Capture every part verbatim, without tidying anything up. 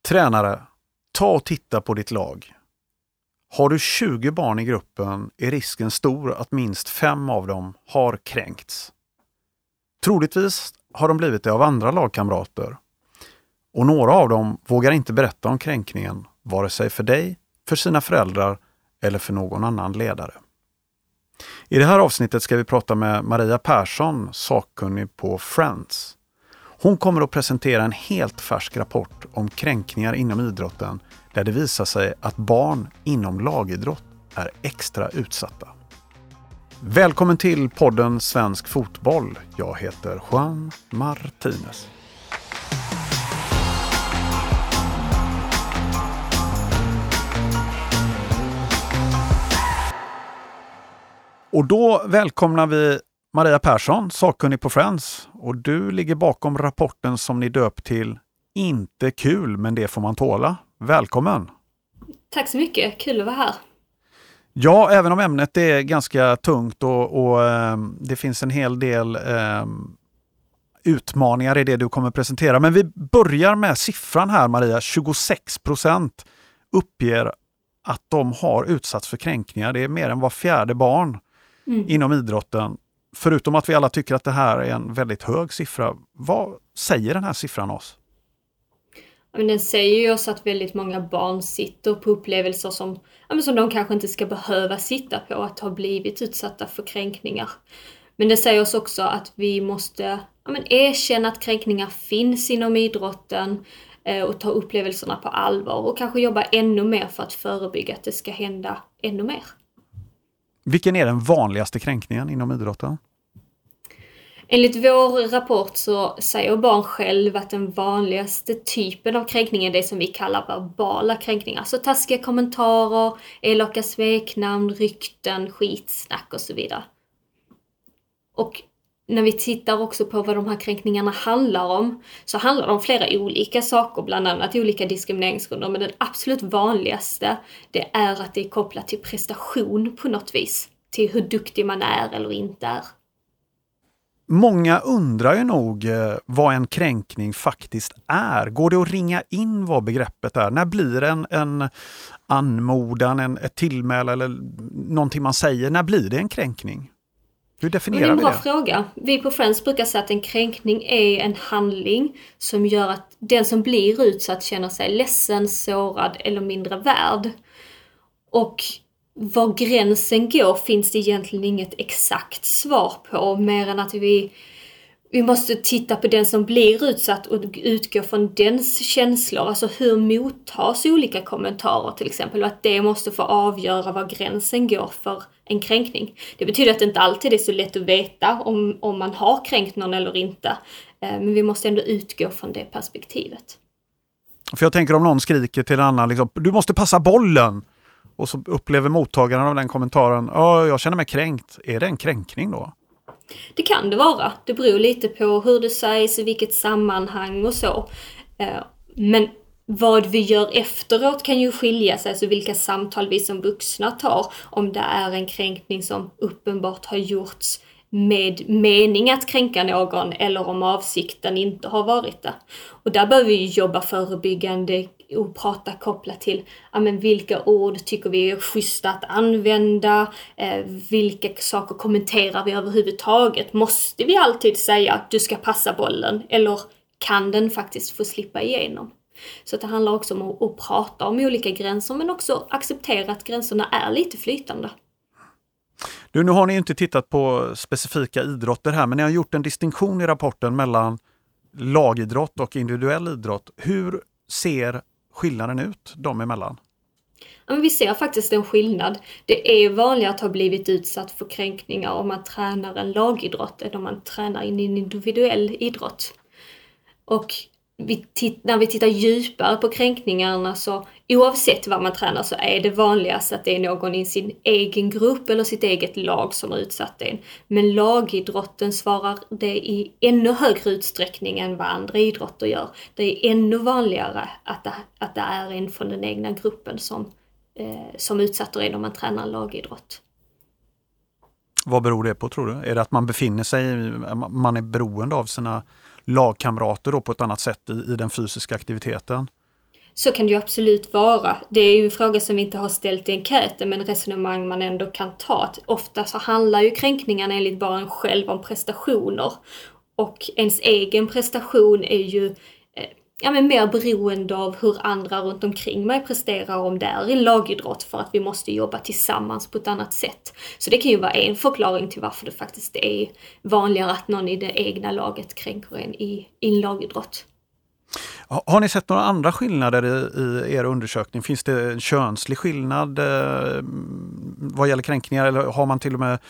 Tränare, ta och titta på ditt lag. Har du tjugo barn i gruppen är risken stor att minst fem av dem har kränkts. Troligtvis har de blivit det av andra lagkamrater. Och några av dem vågar inte berätta om kränkningen, vare sig för dig, för sina föräldrar eller för någon annan ledare. I det här avsnittet ska vi prata med Maria Persson, sakkunnig på Friends. Hon kommer att presentera en helt färsk rapport om kränkningar inom idrotten där det visar sig att barn inom lagidrott är extra utsatta. Välkommen till podden Svensk fotboll. Jag heter Juan Martinez. Och då välkomnar vi Maria Persson, sakkunnig på Friends. Och du ligger bakom rapporten som ni döpt till Inte kul, men det får man tåla. Välkommen! Tack så mycket, kul att vara här. Ja, även om ämnet är ganska tungt och, och eh, det finns en hel del eh, utmaningar i det du kommer presentera. Men vi börjar med siffran här, Maria. tjugosex procent uppger att de har utsatts för kränkningar. Det är mer än var fjärde barn mm. inom idrotten. Förutom att vi alla tycker att det här är en väldigt hög siffra. Vad säger den här siffran oss? Men den säger ju oss att väldigt många barn sitter på upplevelser som, som de kanske inte ska behöva sitta på, att ha blivit utsatta för kränkningar. Men det säger oss också att vi måste ja, men erkänna att kränkningar finns inom idrotten eh, och ta upplevelserna på allvar och kanske jobba ännu mer för att förebygga att det ska hända ännu mer. Vilken är den vanligaste kränkningen inom idrotten? Enligt vår rapport så säger barn själv att den vanligaste typen av kränkning är det som vi kallar verbala kränkningar. Så taskiga kommentarer, elaka smeknamn, rykten, skitsnack och så vidare. Och när vi tittar också på vad de här kränkningarna handlar om så handlar det om flera olika saker, bland annat olika diskrimineringsgrunder. Men den absolut vanligaste det är att det är kopplat till prestation på något vis. Till hur duktig man är eller inte är. Många undrar ju nog vad en kränkning faktiskt är. Går det att ringa in vad begreppet är? När blir en, en anmodan, en, ett tillmäle eller någonting man säger, när blir det en kränkning? Hur definierar vi det? Det är en bra fråga. Vi på Friends brukar säga att en kränkning är en handling som gör att den som blir utsatt känner sig ledsen, sårad eller mindre värd. Och var gränsen går finns det egentligen inget exakt svar på, mer än att vi, vi måste titta på den som blir utsatt och utgå från dens känslor. Alltså hur mottas olika kommentarer till exempel, och att det måste få avgöra var gränsen går för en kränkning. Det betyder att det inte alltid är så lätt att veta om, om man har kränkt någon eller inte, men vi måste ändå utgå från det perspektivet. För jag tänker om någon skriker till en annan, liksom, du måste passa bollen. Och så upplever mottagaren av den kommentaren, ja, jag känner mig kränkt. Är det en kränkning då? Det kan det vara. Det beror lite på hur det sägs, i vilket sammanhang och så. Men vad vi gör efteråt kan ju skilja sig. Alltså vilka samtal vi som vuxna tar. Om det är en kränkning som uppenbart har gjorts med mening att kränka någon eller om avsikten inte har varit det. Och där behöver vi jobba förebyggande och prata kopplat till ja, men vilka ord tycker vi är schyssta att använda, eh, vilka saker kommenterar vi överhuvudtaget. Måste vi alltid säga att du ska passa bollen eller kan den faktiskt få slippa igenom? Så det handlar också om att, att prata om olika gränser men också acceptera att gränserna är lite flytande. Du, nu har ni inte tittat på specifika idrotter här, men ni har gjort en distinktion i rapporten mellan lagidrott och individuell idrott. Hur ser skillnaden ut dem emellan? Ja, men vi ser faktiskt en skillnad. Det är vanligare att ha blivit utsatt för kränkningar om man tränar en lagidrott än om man tränar in en individuell idrott. Och vi titt- när vi tittar djupare på kränkningarna så oavsett vad man tränar så är det vanligast att det är någon i sin egen grupp eller sitt eget lag som har utsatt en. Men lagidrotten svarar det i ännu högre utsträckning än vad andra idrotter gör. Det är ännu vanligare att det, att det är en från den egna gruppen som, eh, som utsätter en om man tränar en lagidrott. Vad beror det på, tror du? Är det att man befinner sig, man är beroende av sina lagkamrater då på ett annat sätt i, i den fysiska aktiviteten? Så kan det ju absolut vara. Det är ju en fråga som vi inte har ställt i enkäten, men resonemang man ändå kan ta. Ofta så handlar ju kränkningarna enligt barnen själv om prestationer. Och ens egen prestation är ju eh, ja, men mer beroende av hur andra runt omkring mig presterar, om det är en lagidrott, för att vi måste jobba tillsammans på ett annat sätt. Så det kan ju vara en förklaring till varför det faktiskt är vanligare att någon i det egna laget kränker en i, i en lagidrott. Har ni sett några andra skillnader i, i er undersökning? Finns det en könslig skillnad eh, vad gäller kränkningar, eller har man till och med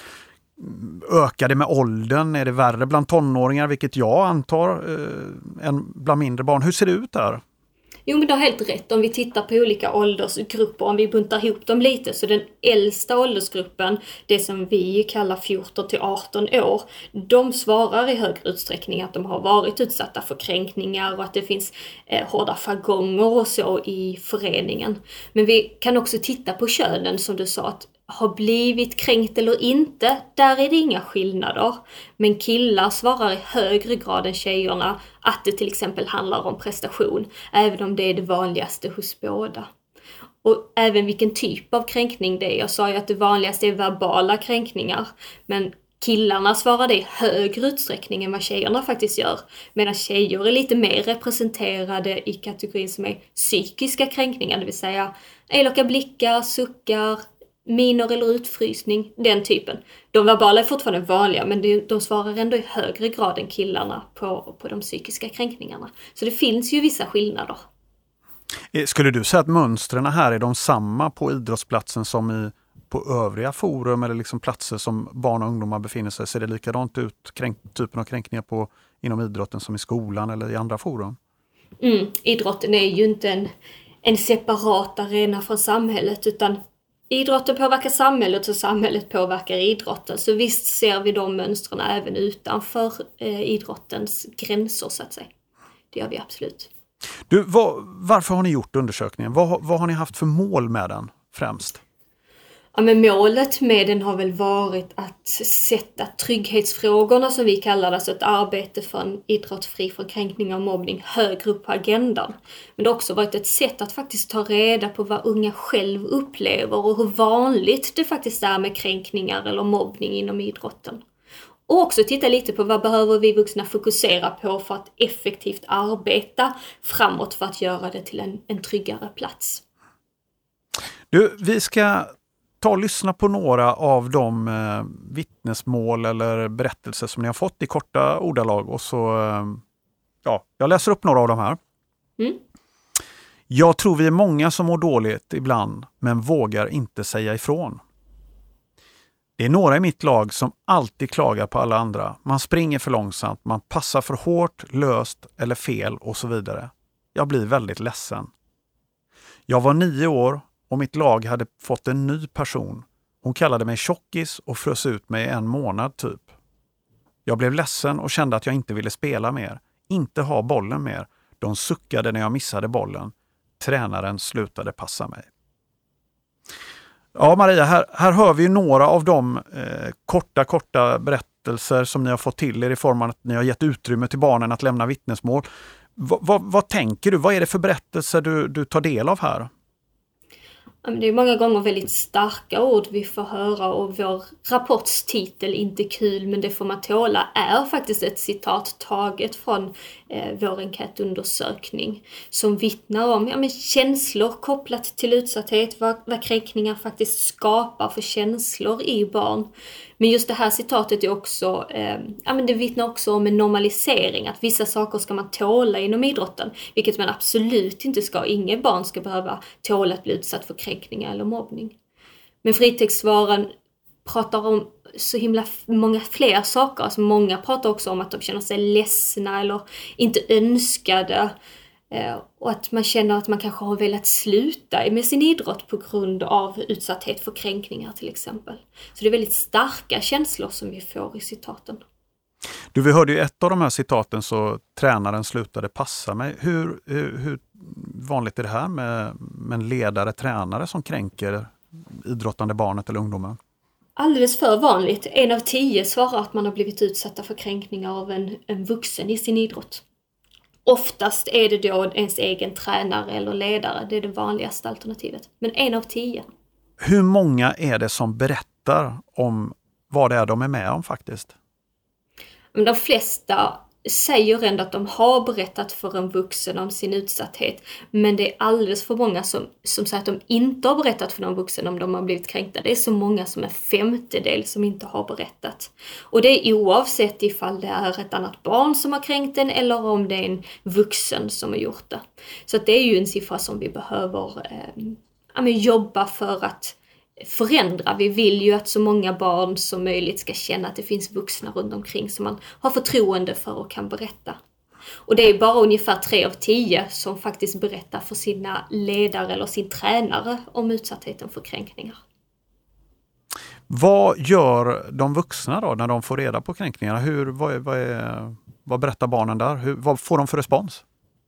ökade med åldern? Är det värre bland tonåringar, vilket jag antar, eh, än bland mindre barn? Hur ser det ut där? Jo, men du har helt rätt. Om vi tittar på olika åldersgrupper, om vi buntar ihop dem lite, så den äldsta åldersgruppen, det som vi kallar fjorton till arton år, de svarar i högre utsträckning att de har varit utsatta för kränkningar och att det finns eh, hårda jargonger och så i föreningen. Men vi kan också titta på könen, som du sa, att har blivit kränkt eller inte, där är det inga skillnader. Men killar svarar i högre grad än tjejerna att det till exempel handlar om prestation, även om det är det vanligaste hos båda. Och även vilken typ av kränkning det är. Jag sa ju att det vanligaste är verbala kränkningar, men killarna svarar det i högre utsträckning än vad tjejerna faktiskt gör. Medan tjejer är lite mer representerade i kategorin som är psykiska kränkningar, det vill säga elaka blickar, suckar, miner eller utfrysning, den typen. De verbala är fortfarande vanliga, men de svarar ändå i högre grad än killarna på, på de psykiska kränkningarna. Så det finns ju vissa skillnader. Skulle du säga att mönstren här är de samma på idrottsplatsen som i, på övriga forum, eller liksom platser som barn och ungdomar befinner sig? Ser det likadant ut, kränk, typen av kränkningar på, inom idrotten, som i skolan eller i andra forum? Mm, idrotten är ju inte en, en separat arena från samhället, utan idrotten påverkar samhället och samhället påverkar idrotten. Så visst ser vi de mönstren även utanför eh, idrottens gränser, så att säga. Det gör vi absolut. Du, vad, varför har ni gjort undersökningen? Vad, vad har ni haft för mål med den främst? Ja, men målet med den har väl varit att sätta trygghetsfrågorna, som vi kallar det, alltså ett arbete för en idrott fri från kränkning och mobbning, högre upp på agendan. Men det har också varit ett sätt att faktiskt ta reda på vad unga själv upplever och hur vanligt det faktiskt är med kränkningar eller mobbning inom idrotten. Och också titta lite på vad behöver vi vuxna fokusera på för att effektivt arbeta framåt för att göra det till en, en tryggare plats. Du, vi ska ta och lyssna på några av de eh, vittnesmål eller berättelser som ni har fått i korta ordalag. Och så, eh, ja, jag läser upp några av dem här. Mm. Jag tror vi är många som mår dåligt ibland, men vågar inte säga ifrån. Det är några i mitt lag som alltid klagar på alla andra. Man springer för långsamt, man passar för hårt, löst eller fel och så vidare. Jag blir väldigt ledsen. Jag var nio år och mitt lag hade fått en ny person. Hon kallade mig tjockis och frös ut mig en månad typ. Jag blev ledsen och kände att jag inte ville spela mer. Inte ha bollen mer. De suckade när jag missade bollen. Tränaren slutade passa mig. Ja, Maria, här, här hör vi några av de eh, korta, korta berättelser som ni har fått till er i form av att ni har gett utrymme till barnen att lämna vittnesmål. Va, va, vad tänker du? Vad är det för berättelser du, du tar del av här? Det är många gånger väldigt starka ord vi får höra, och vår rapportstitel Inte kul men det får man tåla är faktiskt ett citat taget från eh, vår enkätundersökning som vittnar om ja, men känslor kopplat till utsatthet, vad, vad kränkningar faktiskt skapar för känslor i barn. Men just det här citatet är också, eh, ja, men det vittnar också om en normalisering, att vissa saker ska man tåla inom idrotten, vilket man absolut inte ska. Inga barn ska behöva tåla att bli utsatt för kränkningar eller mobbning. Men fritextsvaren pratar om så himla många fler saker. Alltså många pratar också om att de känner sig ledsna eller inte önskade. Och att man känner att man kanske har velat sluta med sin idrott på grund av utsatthet för kränkningar till exempel. Så det är väldigt starka känslor som vi får i citaten. Du, vi hörde ju ett av de här citaten, så tränaren slutade passa mig. Hur, hur, hur vanligt är det här med, med en ledare, tränare som kränker idrottande barnet eller ungdomen? Alldeles för vanligt. En av tio svarar att man har blivit utsatta för kränkningar av en, en vuxen i sin idrott. Oftast är det då ens egen tränare eller ledare. Det är det vanligaste alternativet. Men en av tio. Hur många är det som berättar om vad det är de är med om faktiskt? Men de flesta säger ändå att de har berättat för en vuxen om sin utsatthet. Men det är alldeles för många som, som säger att de inte har berättat för någon vuxen om de har blivit kränkta. Det är så många som en femtedel som inte har berättat. Och det är oavsett ifall det är ett annat barn som har kränkt en eller om det är en vuxen som har gjort det. Så att det är ju en siffra som vi behöver eh, jobba för att förändra. Vi vill ju att så många barn som möjligt ska känna att det finns vuxna runt omkring som man har förtroende för och kan berätta. Och det är bara ungefär tre av tio som faktiskt berättar för sina ledare eller sin tränare om utsattheten för kränkningar. Vad gör de vuxna då när de får reda på kränkningarna? Hur, vad, är, vad, är, vad berättar barnen där? Hur, vad får de för respons?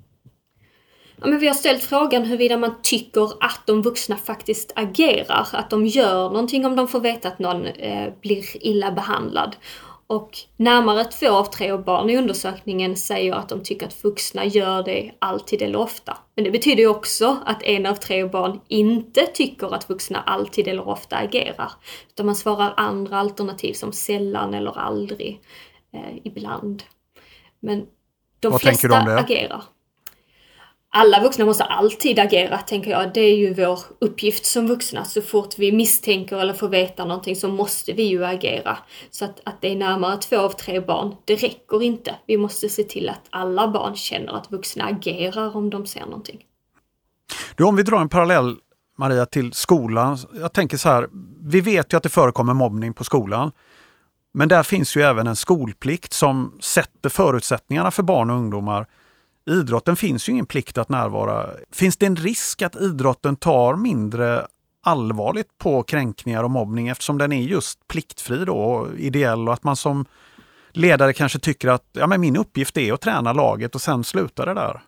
Ja, men vi har ställt frågan huruvida man tycker att de vuxna faktiskt agerar. Att de gör någonting om de får veta att någon eh, blir illa behandlad. Och närmare två av tre av barn i undersökningen säger att de tycker att vuxna gör det alltid eller ofta. Men det betyder ju också att en av tre barn inte tycker att vuxna alltid eller ofta agerar. Utan man svarar andra alternativ som sällan eller aldrig, eh, ibland. Men de Vad flesta tänker du om det? agerar. Alla vuxna måste alltid agera, tänker jag. Det är ju vår uppgift som vuxna. Så fort vi misstänker eller får veta någonting så måste vi ju agera. Så att, att det är närmare två av tre barn, det räcker inte. Vi måste se till att alla barn känner att vuxna agerar om de ser någonting. Du, om vi drar en parallell, Maria, till skolan. Jag tänker så här, vi vet ju att det förekommer mobbning på skolan. Men där finns ju även en skolplikt som sätter förutsättningarna för barn och ungdomar. Idrotten finns ju ingen plikt att närvara. Finns det en risk att idrotten tar mindre allvarligt på kränkningar och mobbning eftersom den är just pliktfri då och ideell och att man som ledare kanske tycker att ja, men min uppgift är att träna laget och sen slutar det där?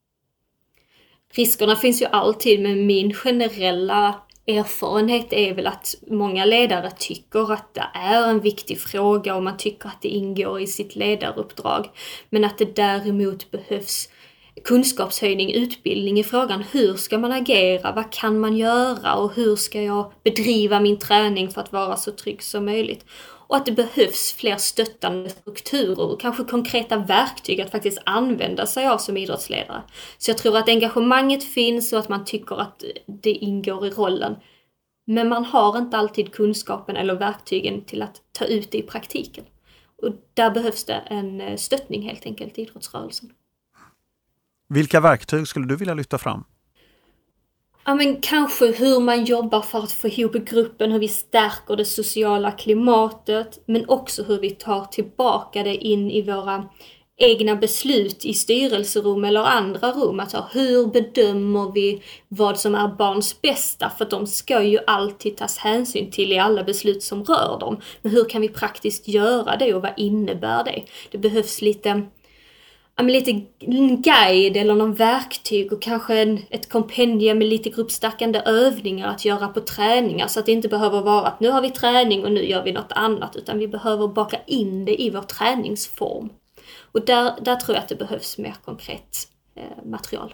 Riskerna finns ju alltid, men min generella erfarenhet är väl att många ledare tycker att det är en viktig fråga och man tycker att det ingår i sitt ledaruppdrag. Men att det däremot behövs kunskapshöjning, utbildning i frågan. Hur ska man agera? Vad kan man göra? Och hur ska jag bedriva min träning för att vara så trygg som möjligt? Och att det behövs fler stöttande strukturer och kanske konkreta verktyg att faktiskt använda sig av som idrottsledare. Så jag tror att engagemanget finns och att man tycker att det ingår i rollen. Men man har inte alltid kunskapen eller verktygen till att ta ut det i praktiken. Och där behövs det en stöttning helt enkelt i idrottsrörelsen. Vilka verktyg skulle du vilja lyfta fram? Ja, men kanske hur man jobbar för att få ihop gruppen, hur vi stärker det sociala klimatet, men också hur vi tar tillbaka det in i våra egna beslut i styrelserum eller andra rum. Alltså hur bedömer vi vad som är barns bästa? För de ska ju alltid tas hänsyn till i alla beslut som rör dem. Men hur kan vi praktiskt göra det och vad innebär det? Det behövs lite... Ja, men lite guide eller någon verktyg och kanske en, ett kompendium med lite gruppstärkande övningar att göra på träningar så att det inte behöver vara att nu har vi träning och nu gör vi något annat, utan vi behöver baka in det i vår träningsform. Och där, där tror jag att det behövs mer konkret eh, material.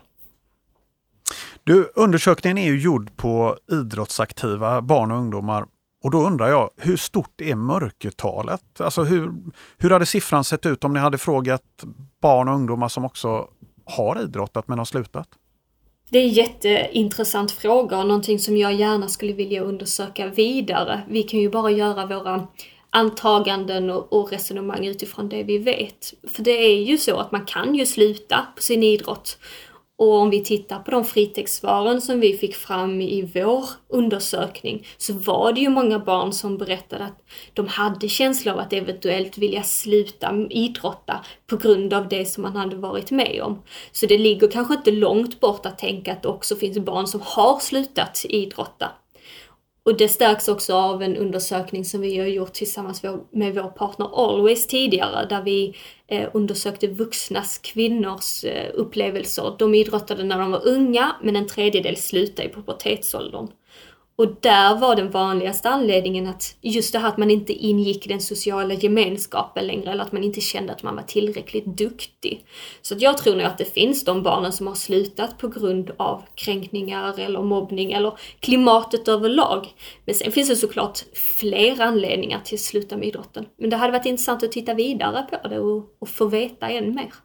Du, undersökningen är ju gjord på idrottsaktiva barn och ungdomar. Och då undrar jag, hur stort är mörkertalet? Alltså hur, hur hade siffran sett ut om ni hade frågat barn och ungdomar som också har idrottat men har slutat? Det är en jätteintressant fråga och någonting som jag gärna skulle vilja undersöka vidare. Vi kan ju bara göra våra antaganden och, och resonemang utifrån det vi vet. För det är ju så att man kan ju sluta på sin idrott. Och om vi tittar på de fritextsvaren som vi fick fram i vår undersökning så var det ju många barn som berättade att de hade känsla av att eventuellt vilja sluta idrotta på grund av det som man hade varit med om. Så det ligger kanske inte långt bort att tänka att det också finns barn som har slutat idrotta. Och det stärks också av en undersökning som vi har gjort tillsammans med vår partner Always tidigare, där vi eh, undersökte vuxnas kvinnors eh, upplevelser. De idrottade när de var unga, men en tredjedel slutade i pubertetsåldern. Och där var den vanligaste anledningen att just det här att man inte ingick i den sociala gemenskapen längre, eller att man inte kände att man var tillräckligt duktig. Så att jag tror nog att det finns de barnen som har slutat på grund av kränkningar eller mobbning eller klimatet överlag. Men sen finns det såklart fler anledningar till att sluta med idrotten. Men det hade varit intressant att titta vidare på det och, och få veta än mer.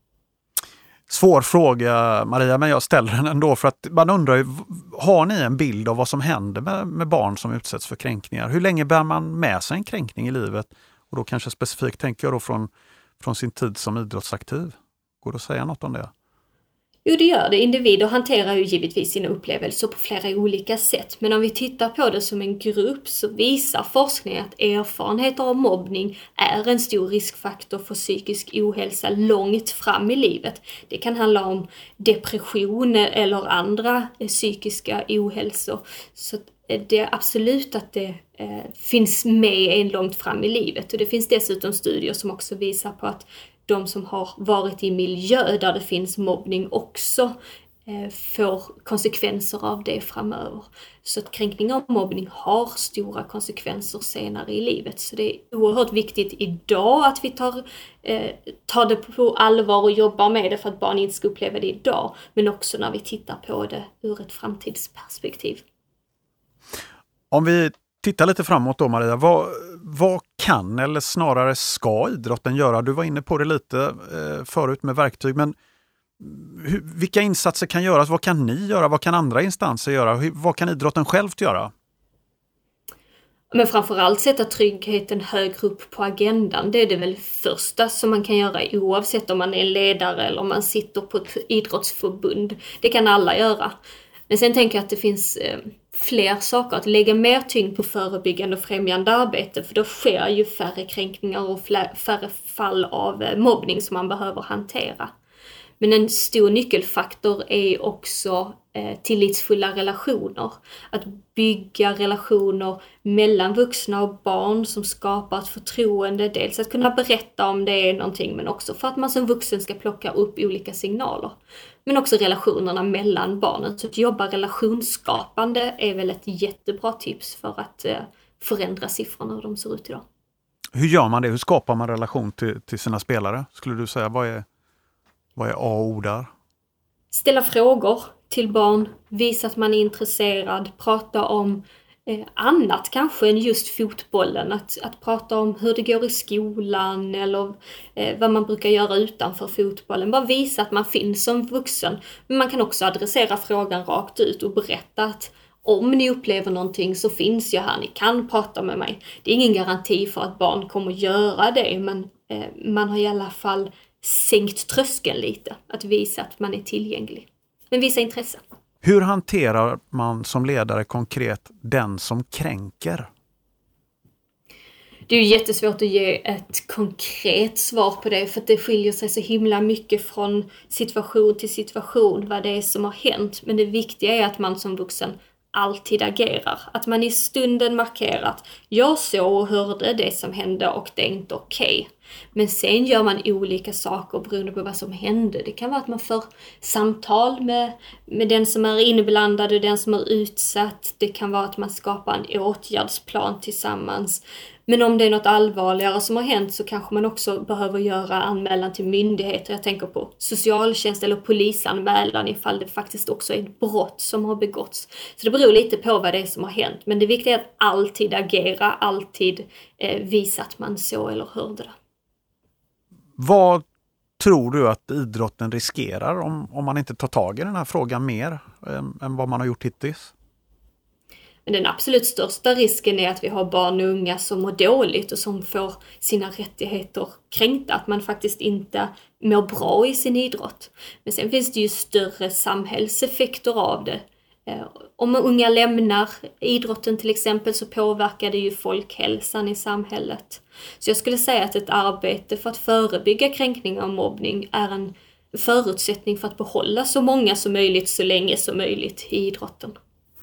Svår fråga, Maria, men jag ställer den ändå för att man undrar ju, har ni en bild av vad som händer med, med barn som utsätts för kränkningar? Hur länge bär man med sig en kränkning i livet? Och då kanske specifikt tänker jag då från, från sin tid som idrottsaktiv. Går det att säga något om det? Jo, det gör det. Individer hanterar ju givetvis sina upplevelser på flera olika sätt. Men om vi tittar på det som en grupp så visar forskning att erfarenheter av mobbning är en stor riskfaktor för psykisk ohälsa långt fram i livet. Det kan handla om depression eller andra psykiska ohälsor. Så det är absolut att det eh, finns med en långt fram i livet. Och det finns dessutom studier som också visar på att de som har varit i miljö där det finns mobbning också eh, får konsekvenser av det framöver. Så att kränkning av mobbning har stora konsekvenser senare i livet. Så det är oerhört viktigt idag att vi tar, eh, tar det på allvar och jobbar med det för att barn inte ska uppleva det idag. Men också när vi tittar på det ur ett framtidsperspektiv. Om vi tittar lite framåt då, Maria, vad, vad kan eller snarare ska idrotten göra? Du var inne på det lite eh, förut med verktyg, men hur, vilka insatser kan göras? Vad kan ni göra? Vad kan andra instanser göra? Hur, vad kan idrotten självt göra? Men framförallt sätta tryggheten högre upp på agendan. Det är det väl första som man kan göra oavsett om man är ledare eller om man sitter på ett idrottsförbund. Det kan alla göra. Men sen tänker jag att det finns eh, fler saker. Att lägga mer tyngd på förebyggande och främjande arbete. För då sker ju färre kränkningar och färre fall av eh, mobbning som man behöver hantera. Men en stor nyckelfaktor är också eh, tillitsfulla relationer. Att bygga relationer mellan vuxna och barn som skapar ett förtroende. Dels att kunna berätta om det är någonting, men också för att man som vuxen ska plocka upp olika signaler. Men också relationerna mellan barnen. Så att jobba relationsskapande är väl ett jättebra tips för att eh, förändra siffrorna hur de ser ut idag. Hur gör man det? Hur skapar man relation till, till sina spelare? Skulle du säga, vad är, vad är A och O där? Ställa frågor till barn, visa att man är intresserad, prata om eh, annat kanske än just fotbollen. Att, att prata om hur det går i skolan eller eh, vad man brukar göra utanför fotbollen. Bara visa att man finns som vuxen. Men man kan också adressera frågan rakt ut och berätta att om ni upplever någonting så finns jag här, ni kan prata med mig. Det är ingen garanti för att barn kommer göra det, men eh, man har i alla fall sänkt tröskeln lite. Att visa att man är tillgänglig. Men visa intresse. Hur hanterar man som ledare konkret den som kränker? Det är ju jättesvårt att ge ett konkret svar på det, för att det skiljer sig så himla mycket från situation till situation vad det är som har hänt. Men det viktiga är att man som vuxen alltid agerar. Att man i stunden markerar att jag såg och hörde det som hände och det är inte okej. Men sen gör man olika saker beroende på vad som hände. Det kan vara att man får samtal med, med den som är inblandad och den som är utsatt. Det kan vara att man skapar en åtgärdsplan tillsammans. Men om det är något allvarligare som har hänt så kanske man också behöver göra anmälan till myndigheter. Jag tänker på socialtjänst eller polisanmälan ifall det faktiskt också är ett brott som har begåtts. Så det beror lite på vad det är som har hänt. Men det viktiga är att alltid agera, alltid eh, visa att man såg eller hörde det. Vad tror du att idrotten riskerar om, om man inte tar tag i den här frågan mer än, än vad man har gjort hittills? Men den absolut största risken är att vi har barn och unga som mår dåligt och som får sina rättigheter kränkta. Att man faktiskt inte mår bra i sin idrott. Men sen finns det ju större samhällseffekter av det. Om unga lämnar idrotten till exempel så påverkar det ju folkhälsan i samhället. Så jag skulle säga att ett arbete för att förebygga kränkning och mobbning är en förutsättning för att behålla så många som möjligt så länge som möjligt i idrotten.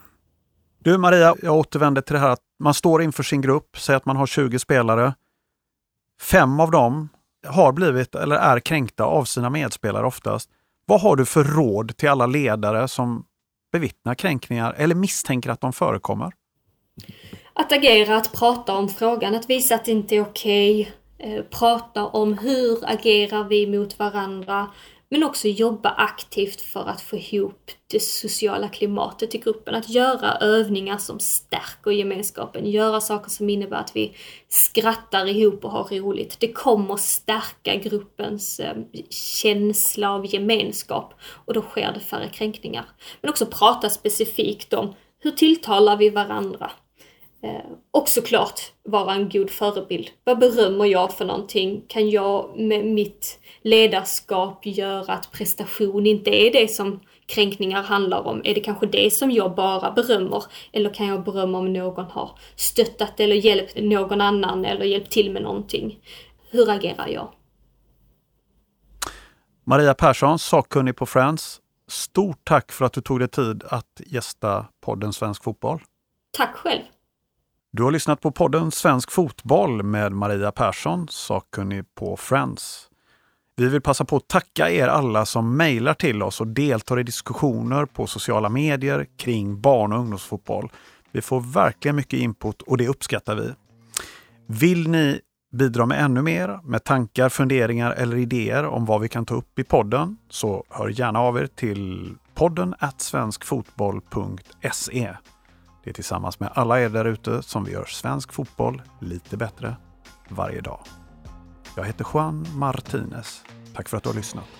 Du Maria, jag återvänder till det här att man står inför sin grupp, säger att man har tjugo spelare. Fem av dem har blivit eller är kränkta av sina medspelare oftast. Vad har du för råd till alla ledare som bevittnar kränkningar eller misstänker att de förekommer? Att agera, att prata om frågan, att visa att det inte är okej. Eh, prata om hur agerar vi mot varandra. Men också jobba aktivt för att få ihop det sociala klimatet i gruppen. Att göra övningar som stärker gemenskapen. Göra saker som innebär att vi skrattar ihop och har roligt. Det kommer stärka gruppens eh, känsla av gemenskap. Och då sker det färre kränkningar. Men också prata specifikt om hur tilltalar vi varandra. Eh, och såklart vara en god förebild. Vad berömmer jag för någonting? Kan jag med mitt ledarskap göra att prestation inte är det som kränkningar handlar om? Är det kanske det som jag bara berömmer? Eller kan jag berömma om någon har stöttat eller hjälpt någon annan eller hjälpt till med någonting? Hur agerar jag? Maria Persson, sakkunnig på Friends. Stort tack för att du tog dig tid att gästa podden Svensk Fotboll. Tack själv. Du har lyssnat på podden Svensk Fotboll med Maria Persson, sakkunnig på Friends. Vi vill passa på att tacka er alla som mejlar till oss och deltar i diskussioner på sociala medier kring barn- och ungdomsfotboll. Vi får verkligen mycket input och det uppskattar vi. Vill ni bidra med ännu mer, med tankar, funderingar eller idéer om vad vi kan ta upp i podden, så hör gärna av er till podden at svenskfotboll punkt se. Det är tillsammans med alla er där ute som vi gör svensk fotboll lite bättre varje dag. Jag heter Juan Martinez. Tack för att du har lyssnat.